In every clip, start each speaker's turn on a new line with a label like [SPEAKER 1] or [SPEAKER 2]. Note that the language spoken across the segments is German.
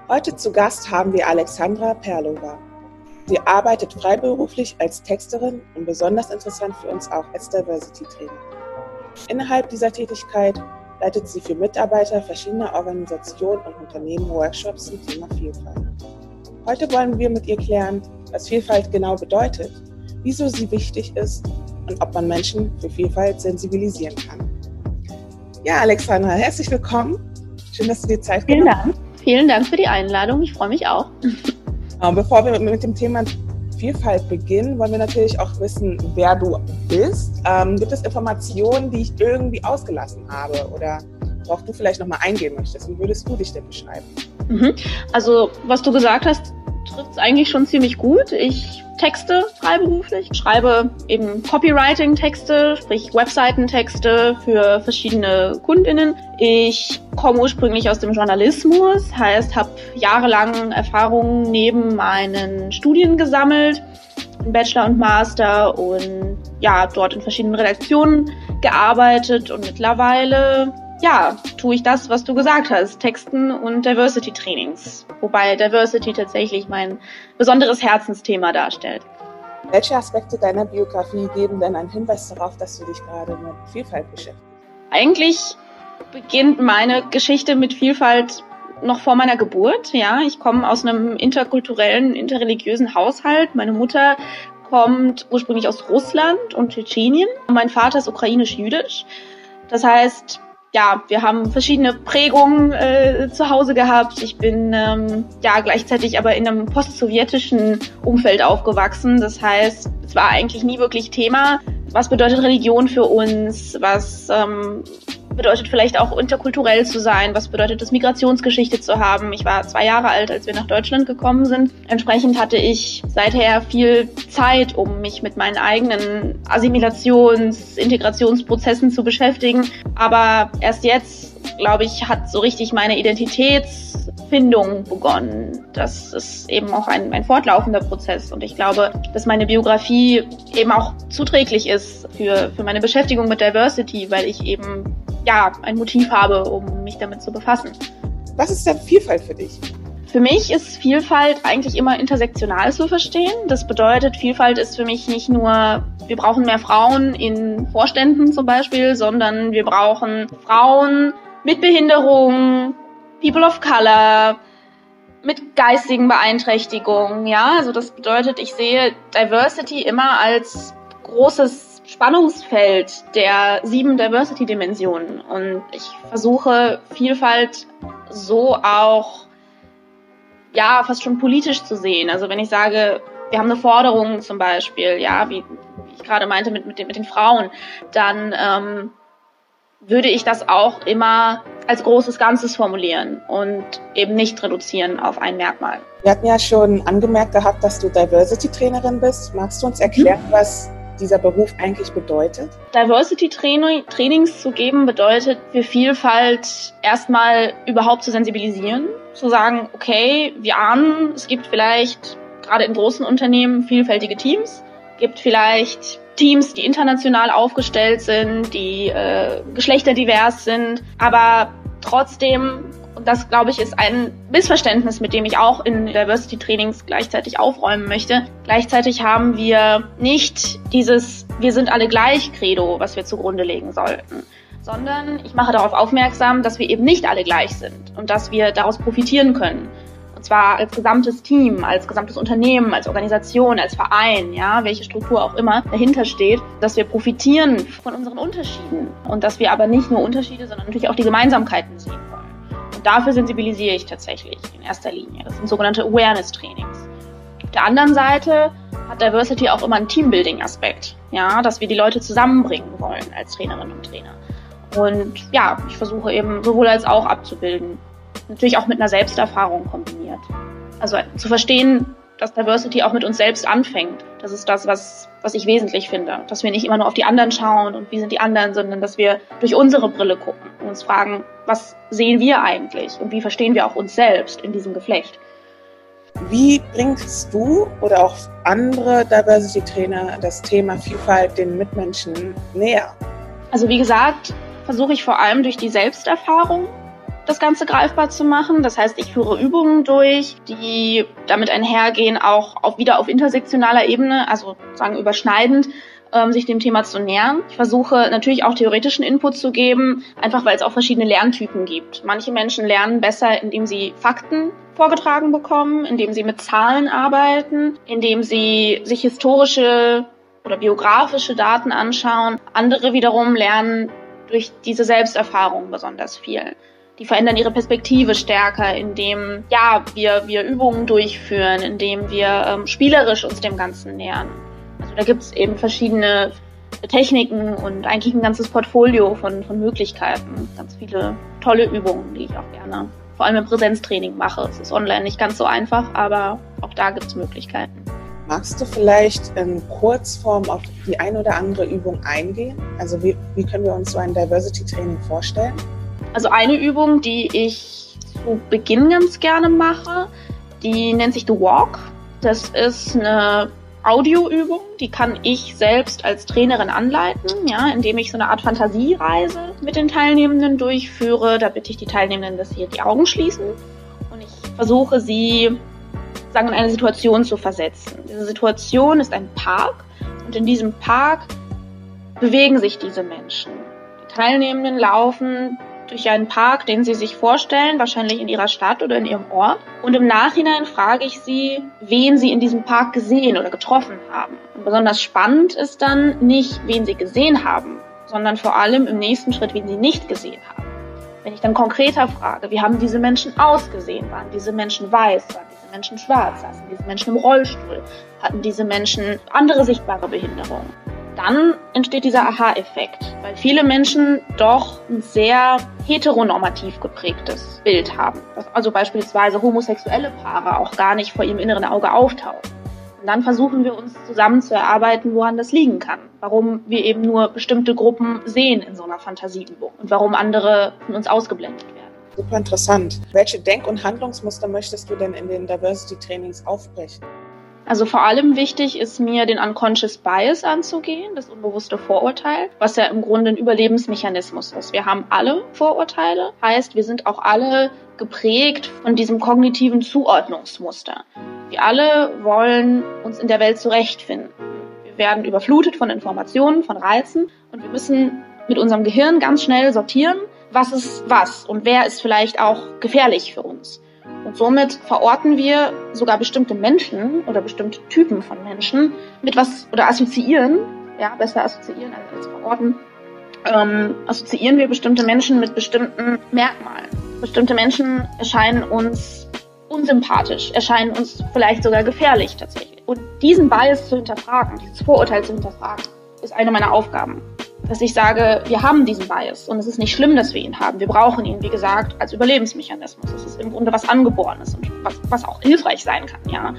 [SPEAKER 1] Heute zu Gast haben wir Alexandra Perlova. Sie arbeitet freiberuflich als Texterin und besonders interessant für uns auch als Diversity-Trainer. Innerhalb dieser Tätigkeit leitet sie für Mitarbeiter verschiedener Organisationen und Unternehmen Workshops zum Thema Vielfalt. Heute wollen wir mit ihr klären, was Vielfalt genau bedeutet, wieso sie wichtig ist und ob man Menschen für Vielfalt sensibilisieren kann. Ja, Alexandra, herzlich willkommen. Schön, dass du dir Zeit genommen hast.
[SPEAKER 2] Vielen Dank. Vielen Dank für die Einladung. Ich freue mich auch.
[SPEAKER 1] Bevor wir mit dem Thema Vielfalt beginnen, wollen wir natürlich auch wissen, wer du bist. Gibt es Informationen, die ich irgendwie ausgelassen habe oder worauf du vielleicht nochmal eingehen möchtest? Wie würdest du dich denn beschreiben?
[SPEAKER 2] Also, was du gesagt hast, trifft es eigentlich schon ziemlich gut. Ich texte freiberuflich, schreibe eben Copywriting-Texte, sprich Webseitentexte für verschiedene KundInnen. Ich komme ursprünglich aus dem Journalismus, heißt, habe jahrelang Erfahrungen neben meinen Studien gesammelt, Bachelor und Master, und ja, dort in verschiedenen Redaktionen gearbeitet, und mittlerweile tue ich das, was du gesagt hast, Texten und Diversity-Trainings. Wobei Diversity tatsächlich mein besonderes Herzensthema darstellt.
[SPEAKER 1] Welche Aspekte deiner Biografie geben denn einen Hinweis darauf, dass du dich gerade mit Vielfalt beschäftigst?
[SPEAKER 2] Eigentlich beginnt meine Geschichte mit Vielfalt noch vor meiner Geburt. Ja, ich komme aus einem interkulturellen, interreligiösen Haushalt. Meine Mutter kommt ursprünglich aus Russland und Tschetschenien. Mein Vater ist ukrainisch-jüdisch. Das heißt, wir haben verschiedene Prägungen zu Hause gehabt. Ich bin gleichzeitig aber in einem postsowjetischen Umfeld aufgewachsen. Das heißt, es war eigentlich nie wirklich Thema. Was bedeutet Religion für uns? Was bedeutet vielleicht auch interkulturell zu sein? Was bedeutet es, Migrationsgeschichte zu haben? Ich war 2 Jahre alt, als wir nach Deutschland gekommen sind. Entsprechend hatte ich seither viel Zeit, um mich mit meinen eigenen Integrationsprozessen zu beschäftigen. Aber erst jetzt, glaube ich, hat so richtig meine Identitätsfindung begonnen. Das ist eben auch ein fortlaufender Prozess. Und ich glaube, dass meine Biografie eben auch zuträglich ist für meine Beschäftigung mit Diversity, weil ich eben ein Motiv habe, um mich damit zu befassen.
[SPEAKER 1] Was ist denn Vielfalt für dich?
[SPEAKER 2] Für mich ist Vielfalt eigentlich immer intersektional zu verstehen. Das bedeutet, Vielfalt ist für mich nicht nur, wir brauchen mehr Frauen in Vorständen zum Beispiel, sondern wir brauchen Frauen mit Behinderung, People of Color, mit geistigen Beeinträchtigungen. Ja, also das bedeutet, ich sehe Diversity immer als großes Spannungsfeld der 7 Diversity-Dimensionen. Und ich versuche Vielfalt so auch fast schon politisch zu sehen. Also wenn ich sage, wir haben eine Forderung zum Beispiel, wie ich gerade meinte mit den Frauen, dann würde ich das auch immer als großes Ganzes formulieren und eben nicht reduzieren auf ein Merkmal.
[SPEAKER 1] Wir hatten ja schon angemerkt gehabt, dass du Diversity-Trainerin bist. Magst du uns erklären, was dieser Beruf eigentlich bedeutet?
[SPEAKER 2] Diversity-Trainings zu geben bedeutet, für Vielfalt erstmal überhaupt zu sensibilisieren, zu sagen, okay, wir ahnen, es gibt vielleicht gerade in großen Unternehmen vielfältige Teams, gibt vielleicht Teams, die international aufgestellt sind, die geschlechterdivers sind, aber trotzdem, und das, glaube ich, ist ein Missverständnis, mit dem ich auch in Diversity-Trainings gleichzeitig aufräumen möchte. Gleichzeitig haben wir nicht dieses "Wir sind alle gleich" Credo, was wir zugrunde legen sollten, sondern ich mache darauf aufmerksam, dass wir eben nicht alle gleich sind und dass wir daraus profitieren können. Und zwar als gesamtes Team, als gesamtes Unternehmen, als Organisation, als Verein, welche Struktur auch immer dahinter steht, dass wir profitieren von unseren Unterschieden und dass wir aber nicht nur Unterschiede, sondern natürlich auch die Gemeinsamkeiten sehen wollen. Und dafür sensibilisiere ich tatsächlich in erster Linie. Das sind sogenannte Awareness-Trainings. Auf der anderen Seite hat Diversity auch immer einen Teambuilding-Aspekt, dass wir die Leute zusammenbringen wollen als Trainerinnen und Trainer. Und ich versuche eben sowohl als auch abzubilden. Natürlich auch mit einer Selbsterfahrung kombiniert. Also zu verstehen, dass Diversity auch mit uns selbst anfängt. Das ist das, was ich wesentlich finde. Dass wir nicht immer nur auf die anderen schauen und wie sind die anderen, sondern dass wir durch unsere Brille gucken und uns fragen, was sehen wir eigentlich und wie verstehen wir auch uns selbst in diesem Geflecht.
[SPEAKER 1] Wie bringst du oder auch andere Diversity-Trainer das Thema Vielfalt den Mitmenschen näher?
[SPEAKER 2] Also wie gesagt, versuche ich vor allem durch die Selbsterfahrung das Ganze greifbar zu machen. Das heißt, ich führe Übungen durch, die damit einhergehen, auch wieder auf intersektionaler Ebene, also sozusagen überschneidend, sich dem Thema zu nähern. Ich versuche natürlich auch theoretischen Input zu geben, einfach weil es auch verschiedene Lerntypen gibt. Manche Menschen lernen besser, indem sie Fakten vorgetragen bekommen, indem sie mit Zahlen arbeiten, indem sie sich historische oder biografische Daten anschauen. Andere wiederum lernen durch diese Selbsterfahrung besonders viel. Die verändern ihre Perspektive stärker, indem wir Übungen durchführen, indem wir spielerisch uns dem Ganzen nähern. Also da gibt es eben verschiedene Techniken und eigentlich ein ganzes Portfolio von Möglichkeiten. Ganz viele tolle Übungen, die ich auch gerne vor allem im Präsenztraining mache. Es ist online nicht ganz so einfach, aber auch da gibt es Möglichkeiten.
[SPEAKER 1] Magst du vielleicht in Kurzform auf die ein oder andere Übung eingehen? Also wie können wir uns so ein Diversity-Training vorstellen?
[SPEAKER 2] Also eine Übung, die ich zu Beginn ganz gerne mache, die nennt sich The Walk. Das ist eine Audioübung, die kann ich selbst als Trainerin anleiten, indem ich so eine Art Fantasiereise mit den Teilnehmenden durchführe. Da bitte ich die Teilnehmenden, dass sie die Augen schließen und ich versuche sie in eine Situation zu versetzen. Diese Situation ist ein Park und in diesem Park bewegen sich diese Menschen. Die Teilnehmenden laufen durch einen Park, den sie sich vorstellen, wahrscheinlich in ihrer Stadt oder in ihrem Ort. Und im Nachhinein frage ich sie, wen sie in diesem Park gesehen oder getroffen haben. Und besonders spannend ist dann nicht, wen sie gesehen haben, sondern vor allem im nächsten Schritt, wen sie nicht gesehen haben. Wenn ich dann konkreter frage, wie haben diese Menschen ausgesehen? Waren diese Menschen weiß? Waren diese Menschen schwarz? Saßen diese Menschen im Rollstuhl? Hatten diese Menschen andere sichtbare Behinderungen? Dann entsteht dieser Aha-Effekt, weil viele Menschen doch ein sehr heteronormativ geprägtes Bild haben, dass also beispielsweise homosexuelle Paare auch gar nicht vor ihrem inneren Auge auftauchen. Und dann versuchen wir uns zusammen zu erarbeiten, woran das liegen kann, warum wir eben nur bestimmte Gruppen sehen in so einer Fantasieübung und warum andere von uns ausgeblendet werden.
[SPEAKER 1] Super interessant. Welche Denk- und Handlungsmuster möchtest du denn in den Diversity-Trainings aufbrechen?
[SPEAKER 2] Also vor allem wichtig ist mir, den Unconscious Bias anzugehen, das unbewusste Vorurteil, was ja im Grunde ein Überlebensmechanismus ist. Wir haben alle Vorurteile, heißt, wir sind auch alle geprägt von diesem kognitiven Zuordnungsmuster. Wir alle wollen uns in der Welt zurechtfinden. Wir werden überflutet von Informationen, von Reizen und wir müssen mit unserem Gehirn ganz schnell sortieren, was ist was und wer ist vielleicht auch gefährlich für uns. Und somit verorten wir sogar bestimmte Menschen oder bestimmte Typen von Menschen mit was oder assoziieren, besser assoziieren als verorten, assoziieren wir bestimmte Menschen mit bestimmten Merkmalen. Bestimmte Menschen erscheinen uns unsympathisch, erscheinen uns vielleicht sogar gefährlich tatsächlich. Und diesen Bias zu hinterfragen, dieses Vorurteil zu hinterfragen, ist eine meiner Aufgaben. Dass ich sage, wir haben diesen Bias und es ist nicht schlimm, dass wir ihn haben. Wir brauchen ihn, wie gesagt, als Überlebensmechanismus. Es ist im Grunde was Angeborenes und was auch hilfreich sein kann,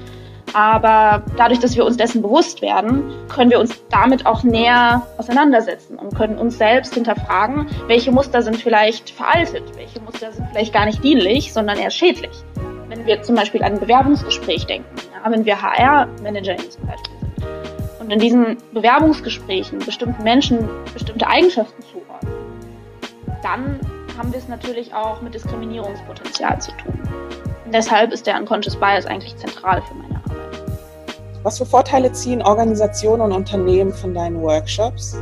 [SPEAKER 2] Aber dadurch, dass wir uns dessen bewusst werden, können wir uns damit auch näher auseinandersetzen und können uns selbst hinterfragen, welche Muster sind vielleicht veraltet, welche Muster sind vielleicht gar nicht dienlich, sondern eher schädlich. Wenn wir zum Beispiel an ein Bewerbungsgespräch denken, wenn wir HR-ManagerInnen zum Beispiel sind und in diesen Bewerbungsgesprächen bestimmten Menschen bestimmte Eigenschaften zuordnen, dann haben wir es natürlich auch mit Diskriminierungspotenzial zu tun. Und deshalb ist der Unconscious Bias eigentlich zentral für meine Arbeit.
[SPEAKER 1] Was für Vorteile ziehen Organisationen und Unternehmen von deinen Workshops?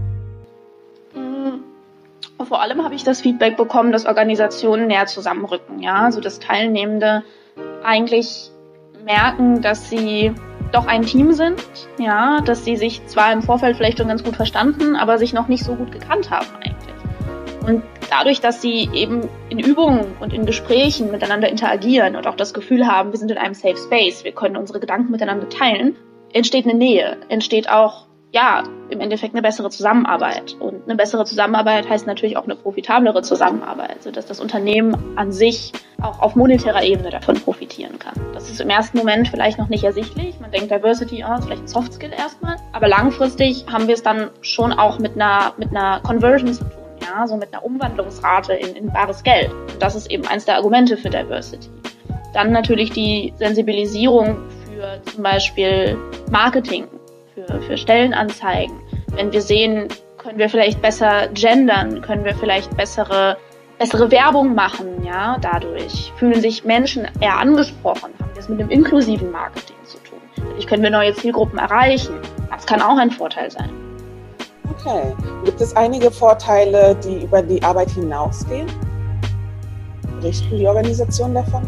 [SPEAKER 2] Vor allem habe ich das Feedback bekommen, dass Organisationen näher zusammenrücken, also dass Teilnehmende eigentlich merken, dass sie doch ein Team sind, dass sie sich zwar im Vorfeld vielleicht schon ganz gut verstanden, aber sich noch nicht so gut gekannt haben eigentlich. Und dadurch, dass sie eben in Übungen und in Gesprächen miteinander interagieren und auch das Gefühl haben, wir sind in einem Safe Space, wir können unsere Gedanken miteinander teilen, entsteht eine Nähe, entsteht auch im Endeffekt eine bessere Zusammenarbeit. Und eine bessere Zusammenarbeit heißt natürlich auch eine profitablere Zusammenarbeit, sodass das Unternehmen an sich auch auf monetärer Ebene davon profitieren kann. Das ist im ersten Moment vielleicht noch nicht ersichtlich. Man denkt, Diversity ist vielleicht ein Soft Skill erstmal. Aber langfristig haben wir es dann schon auch mit einer Conversion zu tun, so mit einer Umwandlungsrate in bares Geld. Und das ist eben eins der Argumente für Diversity. Dann natürlich die Sensibilisierung für zum Beispiel Marketing, für Stellenanzeigen. Wenn wir sehen, können wir vielleicht besser gendern, können wir vielleicht bessere bessere Werbung machen, ja, dadurch fühlen sich Menschen eher angesprochen, haben wir es mit einem inklusiven Marketing zu tun. Dadurch können wir neue Zielgruppen erreichen. Das kann auch ein Vorteil sein.
[SPEAKER 1] Okay. Gibt es einige Vorteile, die über die Arbeit hinausgehen? Berichten die Organisationen davon?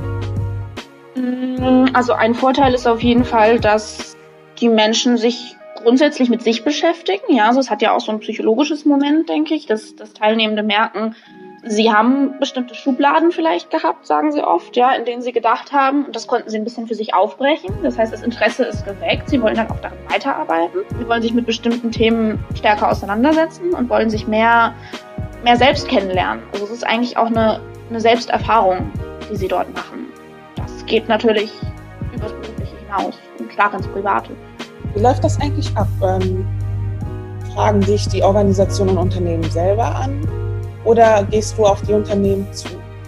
[SPEAKER 2] Also ein Vorteil ist auf jeden Fall, dass die Menschen sich grundsätzlich mit sich beschäftigen. Ja, also es hat ja auch so ein psychologisches Moment, denke ich, dass Teilnehmende merken, sie haben bestimmte Schubladen vielleicht gehabt, sagen sie oft, ja, in denen sie gedacht haben, und das konnten sie ein bisschen für sich aufbrechen. Das heißt, das Interesse ist geweckt. Sie wollen dann auch darin weiterarbeiten. Sie wollen sich mit bestimmten Themen stärker auseinandersetzen und wollen sich mehr selbst kennenlernen. Also es ist eigentlich auch eine Selbsterfahrung, die sie dort machen. Das geht natürlich über das Berufliche hinaus und stark ins Private.
[SPEAKER 1] Wie läuft das eigentlich ab? Fragen dich die Organisationen und Unternehmen selber an oder gehst du auf die Unternehmen zu?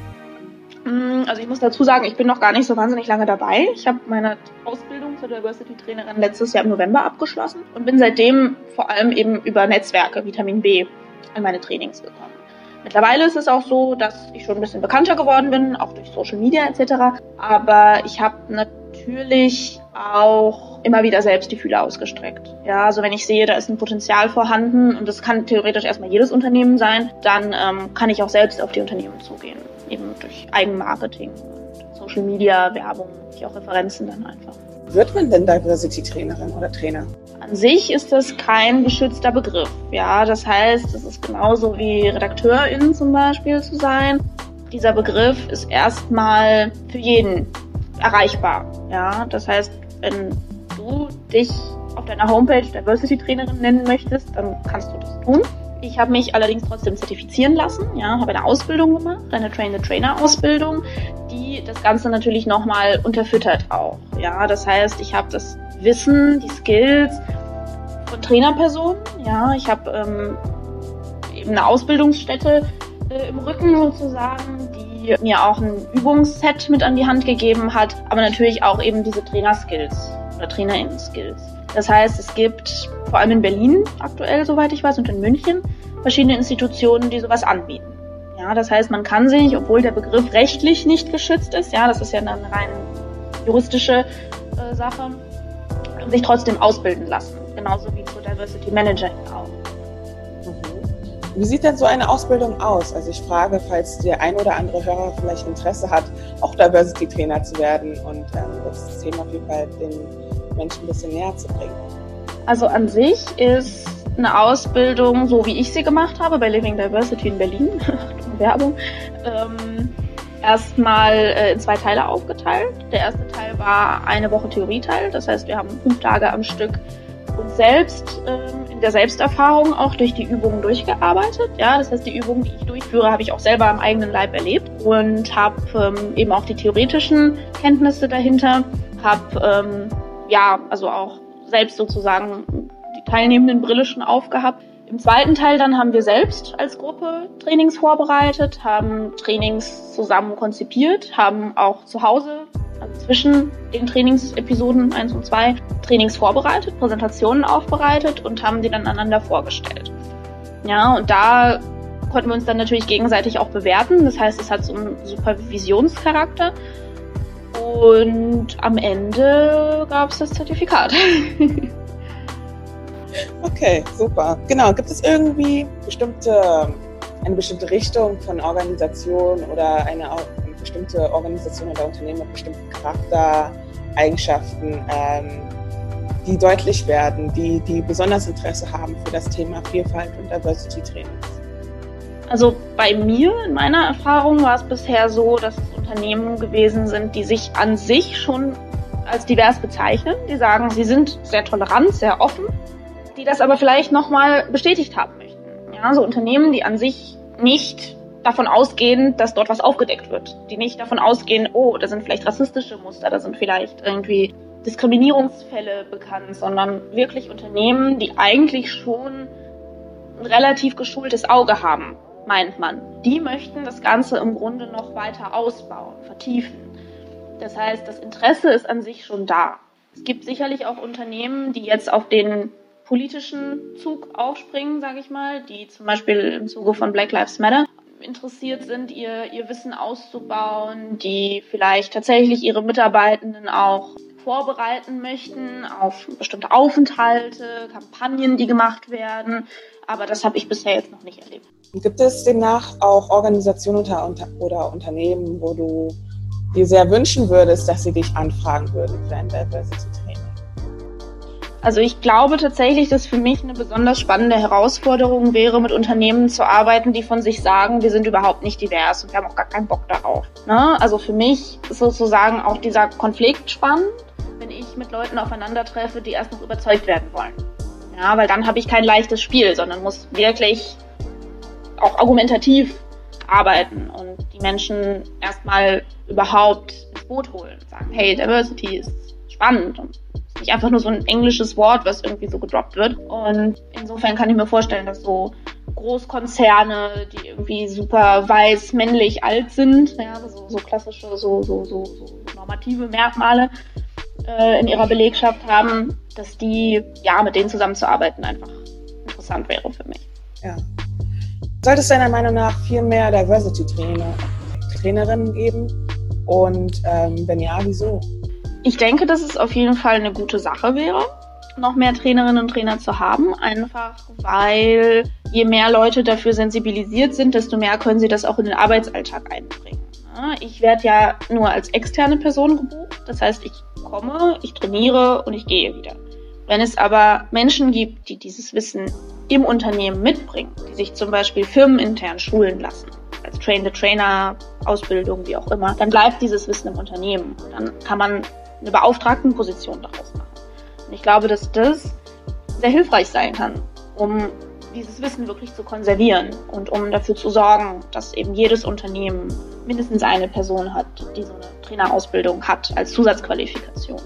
[SPEAKER 2] Also ich muss dazu sagen, ich bin noch gar nicht so wahnsinnig lange dabei. Ich habe meine Ausbildung zur Diversity-Trainerin letztes Jahr im November abgeschlossen und bin seitdem vor allem eben über Netzwerke, Vitamin B, an meine Trainings gekommen. Mittlerweile ist es auch so, dass ich schon ein bisschen bekannter geworden bin, auch durch Social Media etc. Aber ich habe natürlich auch immer wieder selbst die Fühler ausgestreckt. Ja, also wenn ich sehe, da ist ein Potenzial vorhanden und das kann theoretisch erstmal jedes Unternehmen sein, dann kann ich auch selbst auf die Unternehmen zugehen. Eben durch Eigenmarketing und Social Media, Werbung, auch Referenzen dann einfach.
[SPEAKER 1] Wird man denn Diversity-Trainerin oder Trainer?
[SPEAKER 2] An sich ist das kein geschützter Begriff. Ja, das heißt, es ist genauso wie RedakteurInnen zum Beispiel zu sein. Dieser Begriff ist erstmal für jeden erreichbar. Ja, das heißt, wenn du dich auf deiner Homepage Diversity-Trainerin nennen möchtest, dann kannst du das tun. Ich habe mich allerdings trotzdem zertifizieren lassen, ja, habe eine Ausbildung gemacht, eine Train-the-Trainer-Ausbildung, die das Ganze natürlich nochmal unterfüttert auch. Ja, das heißt, ich habe das Wissen, die Skills von Trainerpersonen, ja, ich habe eben eine Ausbildungsstätte im Rücken sozusagen, die mir auch ein Übungsset mit an die Hand gegeben hat, aber natürlich auch eben diese Trainer-Skills oder TrainerInnen-Skills. Das heißt, es gibt vor allem in Berlin aktuell, soweit ich weiß, und in München verschiedene Institutionen, die sowas anbieten. Ja, das heißt, man kann sich, obwohl der Begriff rechtlich nicht geschützt ist, ja, das ist ja eine rein juristische Sache, sich trotzdem ausbilden lassen. Genauso wie zur Diversity Managerin auch.
[SPEAKER 1] Wie sieht denn so eine Ausbildung aus? Also ich frage, falls der ein oder andere Hörer vielleicht Interesse hat, auch Diversity-Trainer zu werden und das Thema auf jeden Fall den Menschen ein bisschen näher zu bringen.
[SPEAKER 2] Also an sich ist eine Ausbildung, so wie ich sie gemacht habe, bei Living Diversity in Berlin, Werbung, erstmal in 2 Teile aufgeteilt. Der erste Teil war eine Woche Theorieteil, das heißt, wir haben 5 Tage am Stück uns selbst in der Selbsterfahrung auch durch die Übungen durchgearbeitet. Ja, das heißt, die Übungen, die ich durchführe, habe ich auch selber am eigenen Leib erlebt und habe eben auch die theoretischen Kenntnisse dahinter, habe also auch selbst sozusagen die teilnehmenden Brille schon aufgehabt. Im zweiten Teil dann haben wir selbst als Gruppe Trainings vorbereitet, haben Trainings zusammen konzipiert, haben auch zu Hause, also zwischen den Trainingsepisoden 1 und 2, Trainings vorbereitet, Präsentationen aufbereitet und haben die dann einander vorgestellt. Ja, und da konnten wir uns dann natürlich gegenseitig auch bewerten. Das heißt, es hat so einen Supervisionscharakter. Und am Ende gab es das Zertifikat.
[SPEAKER 1] Okay, super. Genau, gibt es irgendwie eine bestimmte Richtung von Organisation oder eine bestimmte Organisation oder Unternehmen mit bestimmten Charaktereigenschaften, die deutlich werden, die besonders Interesse haben für das Thema Vielfalt und Diversity-Trainings?
[SPEAKER 2] Also bei mir, in meiner Erfahrung, war es bisher so, dass es Unternehmen gewesen sind, die sich an sich schon als divers bezeichnen. Die sagen, sie sind sehr tolerant, sehr offen, die das aber vielleicht nochmal bestätigt haben möchten. Ja, so Unternehmen, die an sich nicht davon ausgehen, dass dort was aufgedeckt wird. Die nicht davon ausgehen, oh, da sind vielleicht rassistische Muster, da sind vielleicht irgendwie Diskriminierungsfälle bekannt, sondern wirklich Unternehmen, die eigentlich schon ein relativ geschultes Auge haben, meint man. Die möchten das Ganze im Grunde noch weiter ausbauen, vertiefen. Das heißt, das Interesse ist an sich schon da. Es gibt sicherlich auch Unternehmen, die jetzt auf den politischen Zug aufspringen, sage ich mal, die zum Beispiel im Zuge von Black Lives Matter interessiert sind, ihr Wissen auszubauen, die vielleicht tatsächlich ihre Mitarbeitenden auch vorbereiten möchten auf bestimmte Aufenthalte, Kampagnen, die gemacht werden. Aber das habe ich bisher jetzt noch nicht erlebt.
[SPEAKER 1] Gibt es demnach auch Organisationen oder Unternehmen, wo du dir sehr wünschen würdest, dass sie dich anfragen würden für ein Diversity-Training?
[SPEAKER 2] Also ich glaube tatsächlich, dass für mich eine besonders spannende Herausforderung wäre, mit Unternehmen zu arbeiten, die von sich sagen, wir sind überhaupt nicht divers und wir haben auch gar keinen Bock darauf. Ne? Also für mich ist sozusagen auch dieser Konflikt spannend, wenn ich mit Leuten aufeinandertreffe, die erst noch überzeugt werden wollen. Ja, weil dann habe ich kein leichtes Spiel, sondern muss wirklich auch argumentativ arbeiten und die Menschen erstmal überhaupt ins Boot holen. Sagen, hey, Diversity ist spannend und nicht einfach nur so ein englisches Wort, was irgendwie so gedroppt wird. Und insofern kann ich mir vorstellen, dass so Großkonzerne, die irgendwie super weiß, männlich, alt sind, ja, so klassische, so normative Merkmale in ihrer Belegschaft haben, dass die, ja, mit denen zusammenzuarbeiten einfach interessant wäre für mich.
[SPEAKER 1] Ja. Sollte es deiner Meinung nach viel mehr Diversity-Trainerinnen geben? Und wenn ja, wieso?
[SPEAKER 2] Ich denke, dass es auf jeden Fall eine gute Sache wäre, noch mehr Trainerinnen und Trainer zu haben, einfach weil je mehr Leute dafür sensibilisiert sind, desto mehr können sie das auch in den Arbeitsalltag einbringen. Ich werde ja nur als externe Person gebucht, das heißt, ich komme, ich trainiere und ich gehe wieder. Wenn es aber Menschen gibt, die dieses Wissen im Unternehmen mitbringen, die sich zum Beispiel firmenintern schulen lassen, als Train-the-Trainer, Ausbildung, wie auch immer, dann bleibt dieses Wissen im Unternehmen. Dann kann man eine Beauftragtenposition daraus machen. Und ich glaube, dass das sehr hilfreich sein kann, um dieses Wissen wirklich zu konservieren und um dafür zu sorgen, dass eben jedes Unternehmen mindestens eine Person hat, die so eine Trainerausbildung hat als Zusatzqualifikation.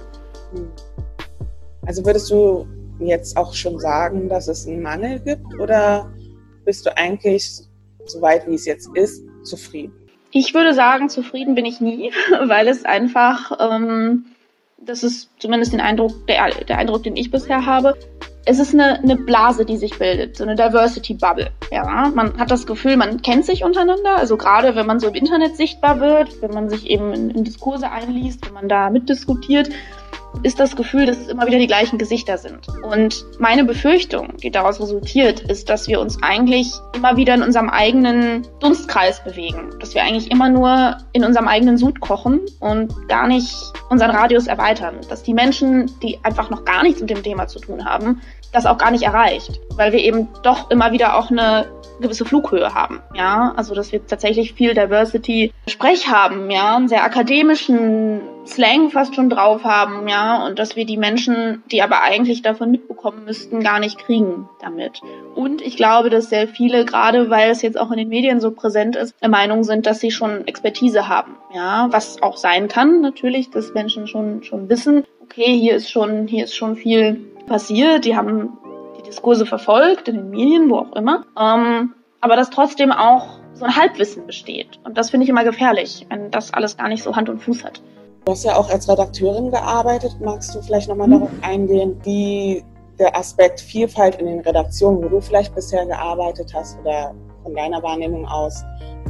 [SPEAKER 1] Also würdest du jetzt auch schon sagen, dass es einen Mangel gibt oder bist du eigentlich, soweit wie es jetzt ist, zufrieden?
[SPEAKER 2] Ich würde sagen, zufrieden bin ich nie, weil es einfach, das ist zumindest der Eindruck, den ich bisher habe, es ist eine Blase, die sich bildet, so eine Diversity-Bubble. Ja, man hat das Gefühl, man kennt sich untereinander, also gerade wenn man so im Internet sichtbar wird, wenn man sich eben in Diskurse einliest, wenn man da mitdiskutiert, ist das Gefühl, dass es immer wieder die gleichen Gesichter sind. Und meine Befürchtung, die daraus resultiert, ist, dass wir uns eigentlich immer wieder in unserem eigenen Dunstkreis bewegen. Dass wir eigentlich immer nur in unserem eigenen Sud kochen und gar nicht unseren Radius erweitern. Dass die Menschen, die einfach noch gar nichts mit dem Thema zu tun haben, das auch gar nicht erreicht. Weil wir eben doch immer wieder auch eine gewisse Flughöhe haben, ja, also dass wir tatsächlich viel Diversity-Sprech haben, ja, einen sehr akademischen Slang fast schon drauf haben, ja, und dass wir die Menschen, die aber eigentlich davon mitbekommen müssten, gar nicht kriegen damit. Und ich glaube, dass sehr viele, gerade weil es jetzt auch in den Medien so präsent ist, der Meinung sind, dass sie schon Expertise haben, ja, was auch sein kann, natürlich, dass Menschen schon wissen, okay, hier ist schon viel passiert, die haben die Diskurse verfolgt, in den Medien, wo auch immer, aber dass trotzdem auch so ein Halbwissen besteht. Und das finde ich immer gefährlich, wenn das alles gar nicht so Hand und Fuß hat.
[SPEAKER 1] Du hast ja auch als Redakteurin gearbeitet. Magst du vielleicht nochmal darauf eingehen, wie der Aspekt Vielfalt in den Redaktionen, wo du vielleicht bisher gearbeitet hast oder von deiner Wahrnehmung aus,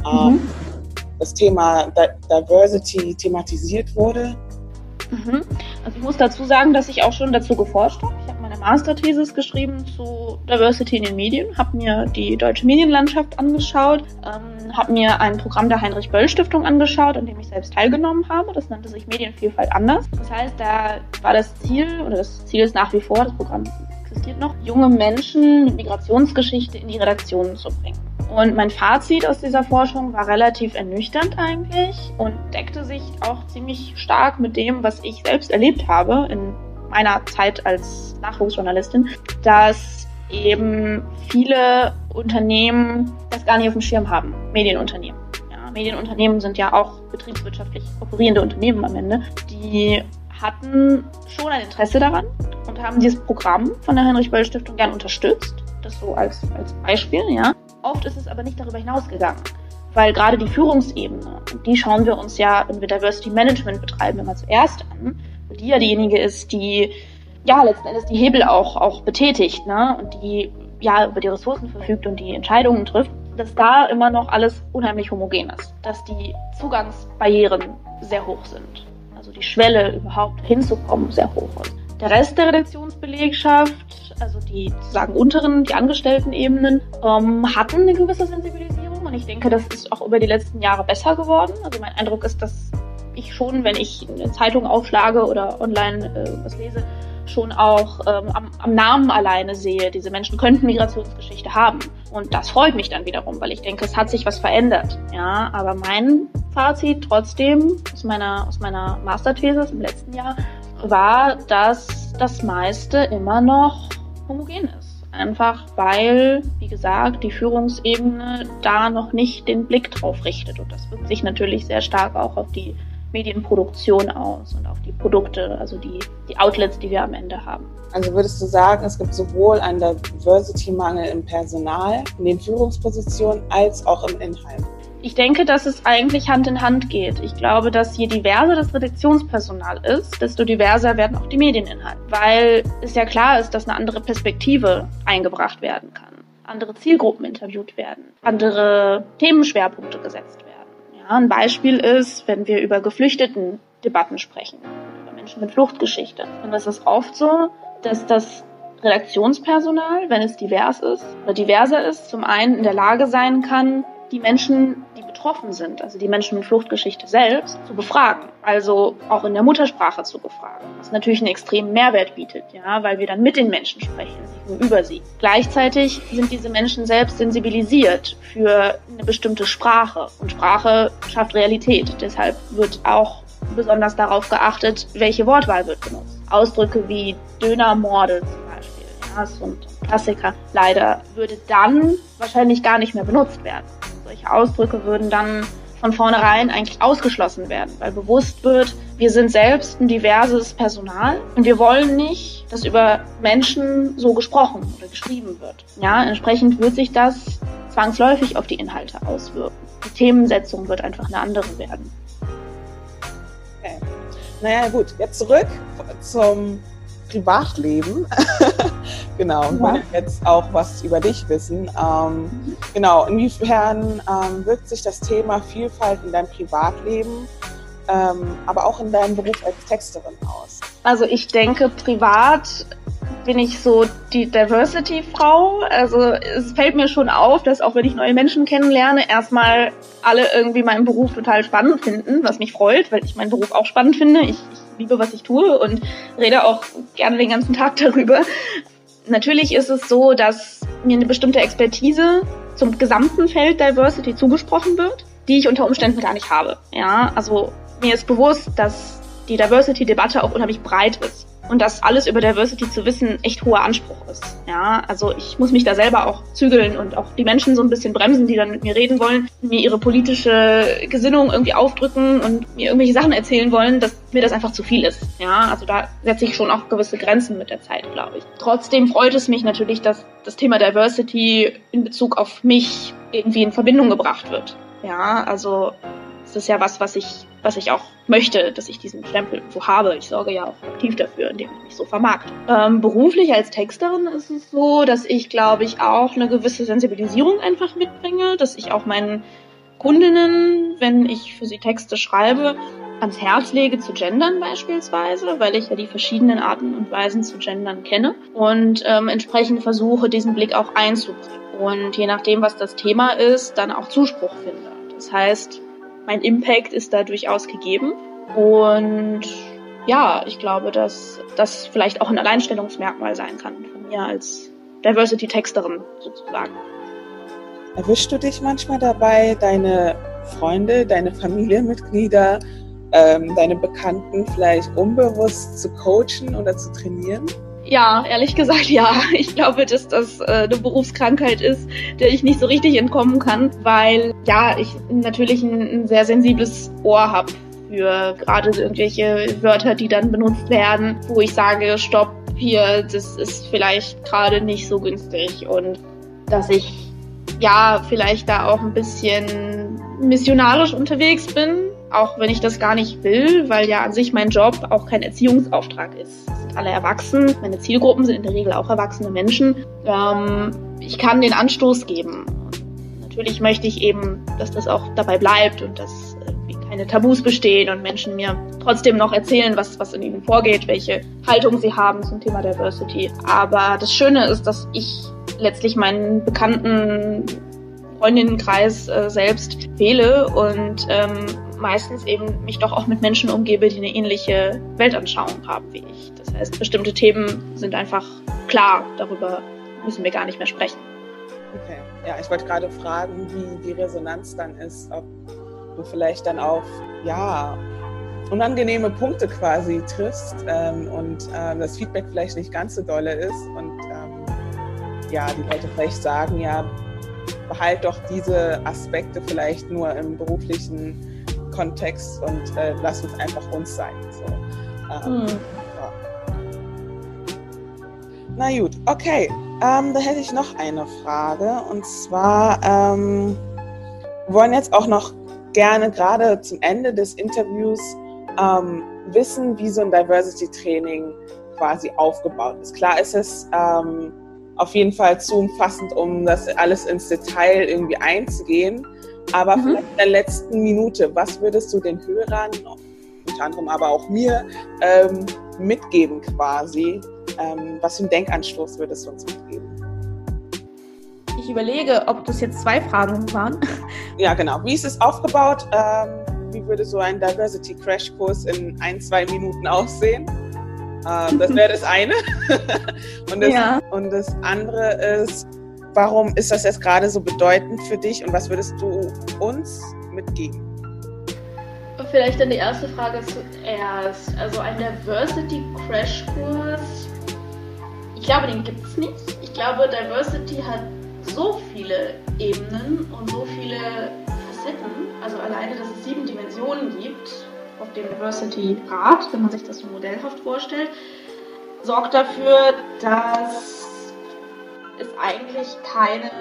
[SPEAKER 1] das Thema Diversity thematisiert wurde?
[SPEAKER 2] Also ich muss dazu sagen, dass ich auch schon dazu geforscht habe. Ich habe meine Masterthesis geschrieben zu Diversity in den Medien, habe mir die deutsche Medienlandschaft angeschaut, habe mir ein Programm der Heinrich-Böll-Stiftung angeschaut, an dem ich selbst teilgenommen habe. Das nannte sich Medienvielfalt anders. Das heißt, da war das Ziel, oder das Ziel ist nach wie vor, das Programm existiert noch, junge Menschen mit Migrationsgeschichte in die Redaktionen zu bringen. Und mein Fazit aus dieser Forschung war relativ ernüchternd eigentlich und deckte sich auch ziemlich stark mit dem, was ich selbst erlebt habe in meiner Zeit als Nachwuchsjournalistin, dass eben viele Unternehmen das gar nicht auf dem Schirm haben, Medienunternehmen. Ja, Medienunternehmen sind ja auch betriebswirtschaftlich operierende Unternehmen am Ende. Die hatten schon ein Interesse daran und haben dieses Programm von der Heinrich-Böll-Stiftung gern unterstützt. Das so als Beispiel, ja. Oft ist es aber nicht darüber hinausgegangen, weil gerade die Führungsebene, die schauen wir uns ja, wenn wir Diversity Management betreiben, immer zuerst an, weil die ja diejenige ist, die ja letzten Endes die Hebel auch betätigt, ne, und die ja über die Ressourcen verfügt und die Entscheidungen trifft. dass da immer noch alles unheimlich homogen ist, dass die Zugangsbarrieren sehr hoch sind. Also die Schwelle überhaupt hinzukommen sehr hoch ist. Der Rest der Redaktionsbelegschaft, also die sozusagen unteren, die Angestellten-Ebenen, hatten eine gewisse Sensibilisierung und ich denke, das ist auch über die letzten Jahre besser geworden. Also mein Eindruck ist, dass ich schon, wenn ich eine Zeitung aufschlage oder online was lese, schon auch am Namen alleine sehe, diese Menschen könnten Migrationsgeschichte haben. Und das freut mich dann wiederum, weil ich denke, es hat sich was verändert. Ja, aber mein Fazit trotzdem aus meiner Masterthese im letzten Jahr war, dass das meiste immer noch homogen ist. Einfach weil, wie gesagt, die Führungsebene da noch nicht den Blick drauf richtet. Und das wirkt sich natürlich sehr stark auch auf die Medienproduktion aus und auf die Produkte, also die Outlets, die wir am Ende haben.
[SPEAKER 1] Also würdest du sagen, es gibt sowohl einen Diversity-Mangel im Personal, in den Führungspositionen, als auch im Inhalt?
[SPEAKER 2] Ich denke, dass es eigentlich Hand in Hand geht. Ich glaube, dass je diverser das Redaktionspersonal ist, desto diverser werden auch die Medieninhalte. Weil es ja klar ist, dass eine andere Perspektive eingebracht werden kann, andere Zielgruppen interviewt werden, andere Themenschwerpunkte gesetzt werden. Ja, ein Beispiel ist, wenn wir über Geflüchtetendebatten sprechen, über Menschen mit Fluchtgeschichte. Und das ist oft so, dass das Redaktionspersonal, wenn es divers ist oder diverser ist, zum einen in der Lage sein kann, die Menschen, die betroffen sind, also die Menschen mit Fluchtgeschichte selbst, zu befragen. Also auch in der Muttersprache zu befragen. Was natürlich einen extremen Mehrwert bietet, ja, weil wir dann mit den Menschen sprechen, nicht nur über sie. Gleichzeitig sind diese Menschen selbst sensibilisiert für eine bestimmte Sprache. Und Sprache schafft Realität. Deshalb wird auch besonders darauf geachtet, welche Wortwahl wird benutzt. Ausdrücke wie Dönermorde zum Beispiel, ja, ist so ein Klassiker. Leider würde dann wahrscheinlich gar nicht mehr benutzt werden. Solche Ausdrücke würden dann von vornherein eigentlich ausgeschlossen werden, weil bewusst wird, wir sind selbst ein diverses Personal und wir wollen nicht, dass über Menschen so gesprochen oder geschrieben wird. Ja, entsprechend wird sich das zwangsläufig auf die Inhalte auswirken. Die Themensetzung wird einfach eine andere werden.
[SPEAKER 1] Okay. Naja, gut, jetzt zurück zum Privatleben. Genau, wir wollen jetzt auch was über dich wissen. Genau, inwiefern wirkt sich das Thema Vielfalt in deinem Privatleben, aber auch in deinem Beruf als Texterin aus?
[SPEAKER 2] Also ich denke, privat bin ich so die Diversity-Frau. Also es fällt mir schon auf, dass auch wenn ich neue Menschen kennenlerne, erstmal alle irgendwie meinen Beruf total spannend finden, was mich freut, weil ich meinen Beruf auch spannend finde. Ich liebe, was ich tue und rede auch gerne den ganzen Tag darüber. Natürlich ist es so, dass mir eine bestimmte Expertise zum gesamten Feld Diversity zugesprochen wird, die ich unter Umständen gar nicht habe. Ja, also mir ist bewusst, dass die Diversity-Debatte auch unheimlich breit ist und dass alles über Diversity zu wissen echt hoher Anspruch ist. Ja, also ich muss mich da selber auch zügeln und auch die Menschen so ein bisschen bremsen, die dann mit mir reden wollen, mir ihre politische Gesinnung irgendwie aufdrücken und mir irgendwelche Sachen erzählen wollen, dass mir das einfach zu viel ist. Ja, also da setze ich schon auch gewisse Grenzen mit der Zeit, glaube ich. Trotzdem freut es mich natürlich, dass das Thema Diversity in Bezug auf mich irgendwie in Verbindung gebracht wird. Ja, also es ist ja was ich auch möchte, dass ich diesen Stempel so habe. Ich sorge ja auch aktiv dafür, indem ich mich so vermarkte. Beruflich als Texterin ist es so, dass ich, glaube ich, auch eine gewisse Sensibilisierung einfach mitbringe, dass ich auch meinen Kundinnen, wenn ich für sie Texte schreibe, ans Herz lege zu gendern beispielsweise, weil ich ja die verschiedenen Arten und Weisen zu gendern kenne und entsprechend versuche, diesen Blick auch einzubringen. Und je nachdem, was das Thema ist, dann auch Zuspruch finde. Das heißt, mein Impact ist da durchaus gegeben und ja, ich glaube, dass das vielleicht auch ein Alleinstellungsmerkmal sein kann von mir als Diversity-Texterin sozusagen.
[SPEAKER 1] Erwischst du dich manchmal dabei, deine Freunde, deine Familienmitglieder, deine Bekannten vielleicht unbewusst zu coachen oder zu trainieren?
[SPEAKER 2] Ja, ehrlich gesagt, ja. Ich glaube, dass das eine Berufskrankheit ist, der ich nicht so richtig entkommen kann, weil ja, ich natürlich ein sehr sensibles Ohr habe für gerade so irgendwelche Wörter, die dann benutzt werden, wo ich sage, stopp, hier, das ist vielleicht gerade nicht so günstig und dass ich ja vielleicht da auch ein bisschen missionarisch unterwegs bin, auch wenn ich das gar nicht will, weil ja an sich mein Job auch kein Erziehungsauftrag ist. Es sind alle erwachsen, meine Zielgruppen sind in der Regel auch erwachsene Menschen. Ich kann den Anstoß geben. Und natürlich möchte ich eben, dass das auch dabei bleibt und dass keine Tabus bestehen und Menschen mir trotzdem noch erzählen, was in ihnen vorgeht, welche Haltung sie haben zum Thema Diversity. Aber das Schöne ist, dass ich letztlich meinen bekannten Freundinnenkreis selbst wähle und meistens eben mich doch auch mit Menschen umgebe, die eine ähnliche Weltanschauung haben wie ich. Das heißt, bestimmte Themen sind einfach klar, darüber müssen wir gar nicht mehr sprechen.
[SPEAKER 1] Okay, ja, ich wollte gerade fragen, wie die Resonanz dann ist, ob du vielleicht dann auf, unangenehme Punkte quasi triffst und das Feedback vielleicht nicht ganz so dolle ist und die Leute vielleicht sagen, behalt doch diese Aspekte vielleicht nur im beruflichen Kontext und lass uns einfach uns sein. So. Na gut, okay. Da hätte ich noch eine Frage und zwar wir wollen jetzt auch noch gerne gerade zum Ende des Interviews wissen, wie so ein Diversity-Training quasi aufgebaut ist. Klar ist es auf jeden Fall zu umfassend, um das alles ins Detail irgendwie einzugehen, aber vielleicht in der letzten Minute, was würdest du den Hörern, unter anderem aber auch mir, mitgeben quasi? Was für einen Denkanstoß würdest du uns mitgeben?
[SPEAKER 2] Ich überlege, ob das jetzt 2 Fragen waren.
[SPEAKER 1] Ja, genau. Wie ist es aufgebaut? Wie würde so ein Diversity-Crash-Kurs in 1-2 Minuten aussehen? Das wäre das eine. Und das andere ist, warum ist das jetzt gerade so bedeutend für dich und was würdest du uns mitgeben?
[SPEAKER 2] Vielleicht dann die erste Frage zuerst. Also ein Diversity-Crash-Kurs, ich glaube, den gibt es nicht. Ich glaube, Diversity hat so viele Ebenen und so viele Facetten, also alleine, dass es 7 Dimensionen gibt auf dem Diversity-Rad, wenn man sich das so modellhaft vorstellt, sorgt dafür, dass es eigentlich keine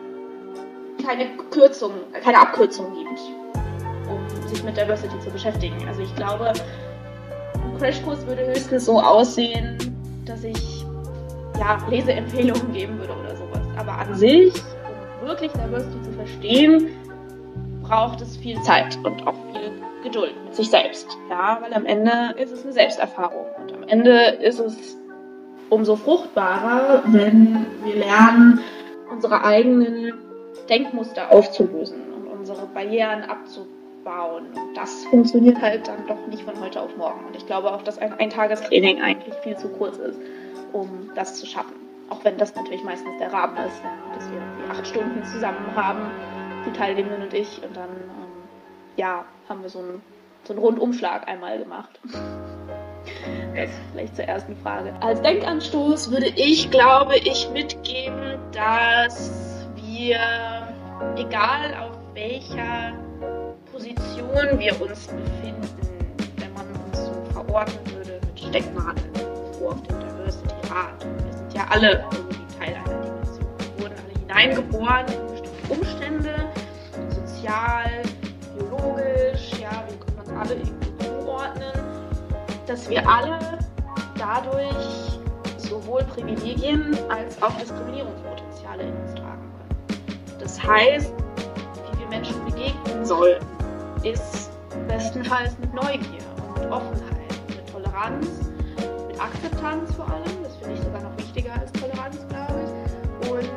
[SPEAKER 2] Abkürzung gibt, um sich mit Diversity zu beschäftigen. Also ich glaube, ein Crashkurs würde höchstens so aussehen, dass ich Leseempfehlungen geben würde oder sowas. Aber an sich, um wirklich Diversity zu verstehen, braucht es viel Zeit und auch viel Geduld mit sich selbst. Ja, weil am Ende ist es eine Selbsterfahrung. Und am Ende ist es umso fruchtbarer, wenn wir lernen, unsere eigenen Denkmuster aufzulösen und unsere Barrieren abzubauen. Und das funktioniert halt dann doch nicht von heute auf morgen. Und ich glaube auch, dass ein Eintagestraining eigentlich viel zu kurz ist, um das zu schaffen. Auch wenn das natürlich meistens der Rahmen ist, dass wir 8 Stunden zusammen haben, die Teilnehmenden und ich, und dann haben wir so einen Rundumschlag einmal gemacht. Das vielleicht zur ersten Frage. Als Denkanstoß würde ich, glaube ich, mitgeben, dass wir, egal auf welcher Position wir uns befinden, wenn man uns so verorten würde mit Stecknadeln vor auf dem Diversity-Rad, wir sind ja alle irgendwie Teil einer Dimension. Wir wurden alle hineingeboren in bestimmte Umstände, sozial, biologisch, wir können uns alle irgendwie zuordnen, dass wir alle dadurch sowohl Privilegien als auch Diskriminierungspotenziale in uns tragen können. Das heißt, wie wir Menschen begegnen sollen, ist bestenfalls mit Neugier und mit Offenheit, mit Toleranz, mit Akzeptanz vor allem, das finde ich sogar noch wichtiger als Toleranz, glaube ich, und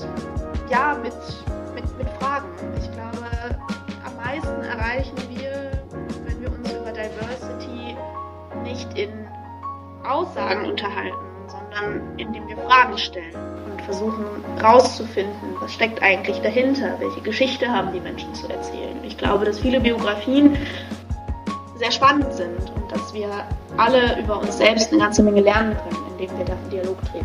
[SPEAKER 2] mit Fragen. Ich glaube, am meisten erreichen wir, wenn wir uns über Diversity nicht in Aussagen unterhalten, sondern indem wir Fragen stellen und versuchen rauszufinden, was steckt eigentlich dahinter, welche Geschichte haben die Menschen zu erzählen. Ich glaube, dass viele Biografien sehr spannend sind und dass wir alle über uns selbst eine ganze Menge lernen können, indem wir da in Dialog treten.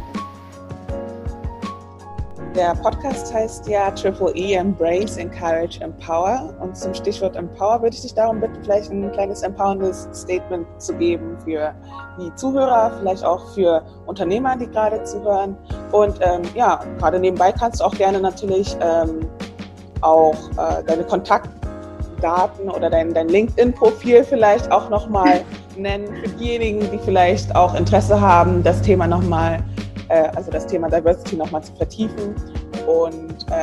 [SPEAKER 1] Der Podcast heißt ja EEE, Embrace, Encourage, Empower. Und zum Stichwort Empower würde ich dich darum bitten, vielleicht ein kleines empowerndes Statement zu geben für die Zuhörer, vielleicht auch für Unternehmer, die gerade zuhören. Und gerade nebenbei kannst du auch gerne natürlich auch deine Kontaktdaten oder dein LinkedIn-Profil vielleicht auch nochmal nennen für diejenigen, die vielleicht auch Interesse haben, das Thema Diversity nochmal zu vertiefen. Und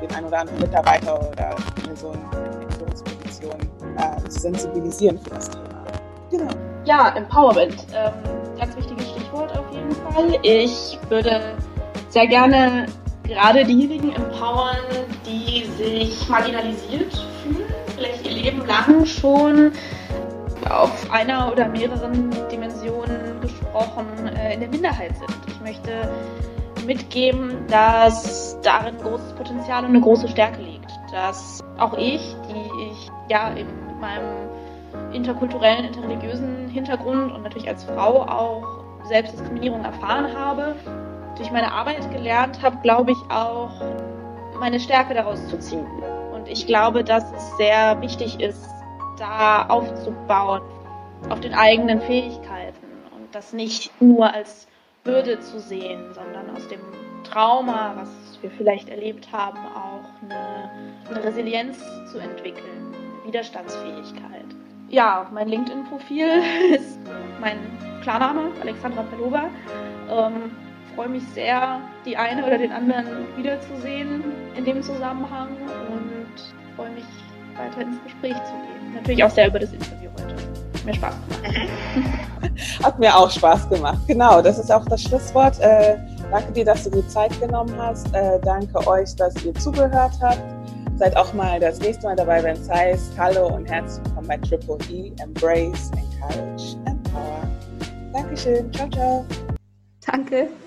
[SPEAKER 1] den einen oder anderen Mitarbeiter oder Person in Führungsposition zu sensibilisieren für das Thema. Genau.
[SPEAKER 2] Ja, Empowerment. Ganz wichtiges Stichwort auf jeden Fall. Ich würde sehr gerne gerade diejenigen empowern, die sich marginalisiert fühlen, vielleicht ihr Leben lang schon auf einer oder mehreren Dimensionen gesprochen in der Minderheit sind. Ich möchte mitgeben, dass darin ein großes Potenzial und eine große Stärke liegt. Dass auch ich, die ich ja eben mit meinem interkulturellen, interreligiösen Hintergrund und natürlich als Frau auch Selbstdiskriminierung erfahren habe, durch meine Arbeit gelernt habe, glaube ich auch, meine Stärke daraus zu ziehen. Und ich glaube, dass es sehr wichtig ist, da aufzubauen, auf den eigenen Fähigkeiten und das nicht nur als Bürde zu sehen, sondern aus dem Trauma, was wir vielleicht erlebt haben, auch eine Resilienz zu entwickeln, Widerstandsfähigkeit. Ja, mein LinkedIn-Profil ist mein Klarname, Alexandra Perlova. Freue mich sehr, die eine oder den anderen wiederzusehen in dem Zusammenhang und freue mich, weiter ins Gespräch zu gehen. Natürlich auch sehr über das Interview heute. Hat mir Spaß gemacht.
[SPEAKER 1] Hat mir auch Spaß gemacht. Genau, das ist auch das Schlusswort. Danke dir, dass du die Zeit genommen hast. Danke euch, dass ihr zugehört habt. Seid auch mal das nächste Mal dabei, wenn es heißt Hallo und herzlich willkommen bei Triple E, Embrace, Encourage, Empower. Dankeschön. Ciao, ciao.
[SPEAKER 2] Danke.